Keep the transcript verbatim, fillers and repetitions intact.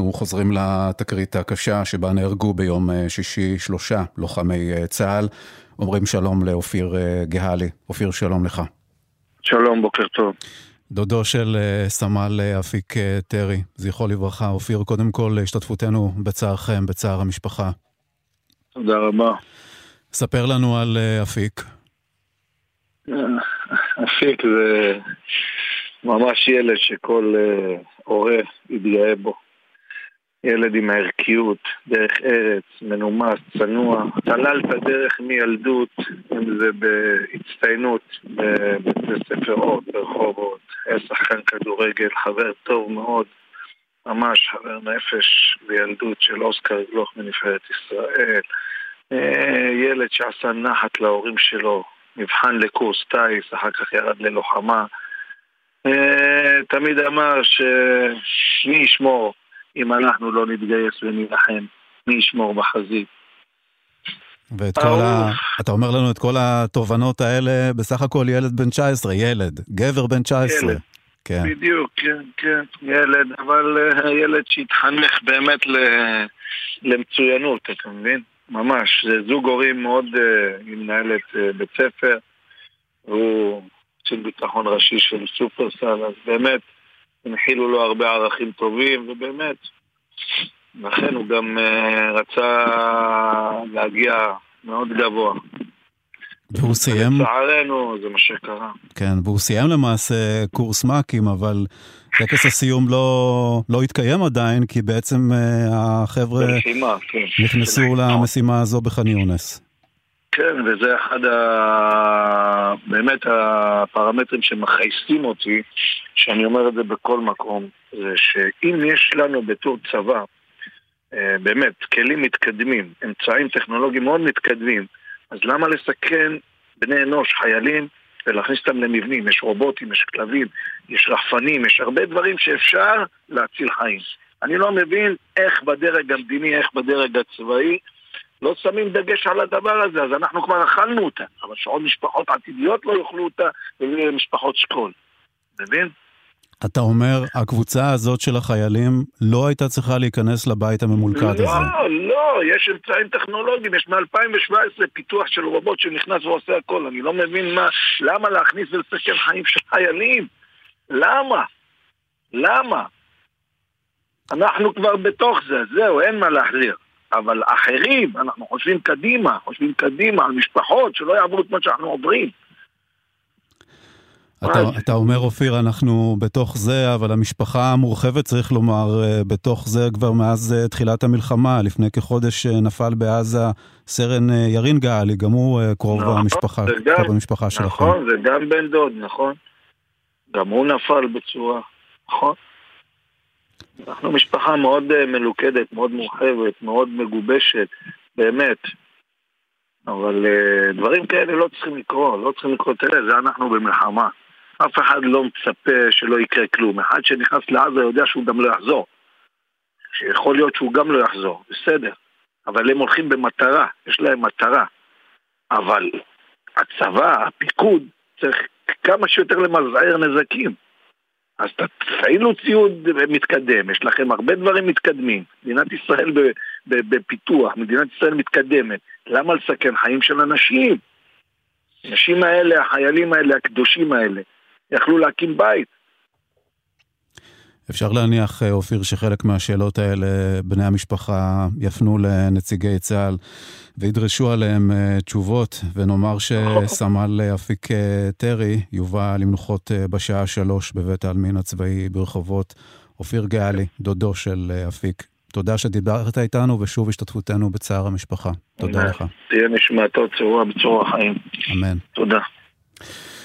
אנחנו חוזרים לתקרית הקשה שבה נהרגו ביום שישי שלושה לוחמי צה"ל. אומרים שלום לאופיר גהלי. אופיר, שלום לך. שלום, בוקר טוב. דודו של סמל אפיק טרי, זכרו לברכה. אופיר, קודם כל השתתפותנו בצערכם, בצער המשפחה. תודה רבה. ספר לנו על אפיק. אפיק זה ממש ילד שכל הורה יתגאה בו. ילד עם הערכיות, דרך ארץ, מנומס, צנוע. צלל את הדרך מילדות, אם זה בהצטיינות, בבית ספר אורט, ברחובות, היה שחקן כדורגל, חבר טוב מאוד, ממש חבר נפש בילדות של אוסקר גלוך מנבחרת ישראל. ילד שעשה נחת להורים שלו, מבחן לקורס טייס, אחר כך ירד ללוחמה. תמיד אמר שמי ישמור אם אנחנו לא נתגייס ונלחם, מי ישמור בחזית. ואת כל ה... אתה אומר לנו את כל התובנות האלה, בסך הכל ילד בן תשע עשרה, ילד, גבר בן תשע עשרה. ילד, כן. בדיוק, כן, כן, ילד, אבל ילד שהתחנך באמת למצוינות, אתה מבין? ממש, זה זוג הורים מאוד, היא מנהלת בית ספר, הוא קצין ביטחון ראשי של סופרסל, אז באמת, הם החילו לו הרבה ערכים טובים, ובאמת, לכן הוא גם uh, רצה להגיע מאוד גבוה. והוא סיים... לצערנו, זה מה שקרה. כן, והוא סיים למעשה קורס מקים, אבל טקס הסיום לא, לא התקיים עדיין, כי בעצם uh, החבר'ה ברשימה, כן. נכנסו למשימה הזו בח'אן יונס. כן, וזה אחד ה... באמת הפרמטרים שמחייסים אותי, שאני אומר את זה בכל מקום, זה שאם יש לנו בתור צבא, באמת, כלים מתקדמים, אמצעים טכנולוגיים מאוד מתקדמים, אז למה לסכן בני אנוש, חיילים, ולהכניס אותם למבנים? יש רובוטים, יש כלבים, יש רחפנים, יש הרבה דברים שאפשר להציל חיים. אני לא מבין איך בדרג המדיני, איך בדרג הצבאי, לא שמים דגש על הדבר הזה, אז אנחנו כבר אכלנו אותה, אבל שעוד משפחות עתידיות לא יאכלו אותה, ומשפחות שכול. מבין? אתה אומר, הקבוצה הזאת של החיילים לא הייתה צריכה להיכנס לבית הממולכד הזה. לא, לא, יש אמצעים טכנולוגיים, יש מ-אלפיים שבע עשרה פיתוח של רובוט שנכנס ועושה הכל, אני לא מבין מה, למה להכניס ולסכן חיים של חיילים? למה? למה? אנחנו כבר בתוך זה, זהו, אין מה להחזיר. אבל אחרים, אנחנו חושבים קדימה, חושבים קדימה על משפחות שלא יעברו את מה שאנחנו עוברים. אתה, אתה אומר, אופיר, אנחנו בתוך זה, אבל המשפחה המורחבת, צריך לומר, בתוך זה כבר מאז תחילת המלחמה. לפני כחודש נפל בעזה סרן ירין גהלי, גם הוא קרוב נכון, במשפחה, גם, קרוב במשפחה שלכם. נכון, זה גם בן דוד, נכון. גם הוא נפל בצורה, נכון. אנחנו משפחה מאוד מלוכדת, מאוד מורחבת, מאוד מגובשת, באמת. אבל דברים כאלה לא צריכים לקרוא, לא צריכים לקרוא, תראה, זה אנחנו במלחמה. אף אחד לא מצפה שלא יקרה כלום. אחד שנכנס לעזה יודע שהוא גם לא יחזור. שיכול להיות שהוא גם לא יחזור, בסדר. אבל הם הולכים במטרה, יש להם מטרה. אבל הצבא, הפיקוד, צריך כמה שיותר למזער נזקים. אז תפעילו ציוד מתקדם, יש לכם הרבה דברים מתקדמים. מדינת ישראל בפיתוח, מדינת ישראל מתקדמת. למה לסכן חיים של אנשים? האנשים האלה, החיילים האלה, הקדושים האלה, יכלו להקים בית. אפשר להניח, אופיר, שחלק מהשאלות האלה בני המשפחה יפנו לנציגי צה"ל וידרשו עליהם תשובות, ונאמר שסמל אפיק טרי יובא למנוחות בשעה שלוש בבית העלמין הצבאי ברחובות. אופיר גהלי, דודו של אפיק, תודה שדיברת איתנו, ושוב השתתפותנו בצער המשפחה. תודה לך. תהיה נשמתו צרורה בצרור החיים. אמן. תודה.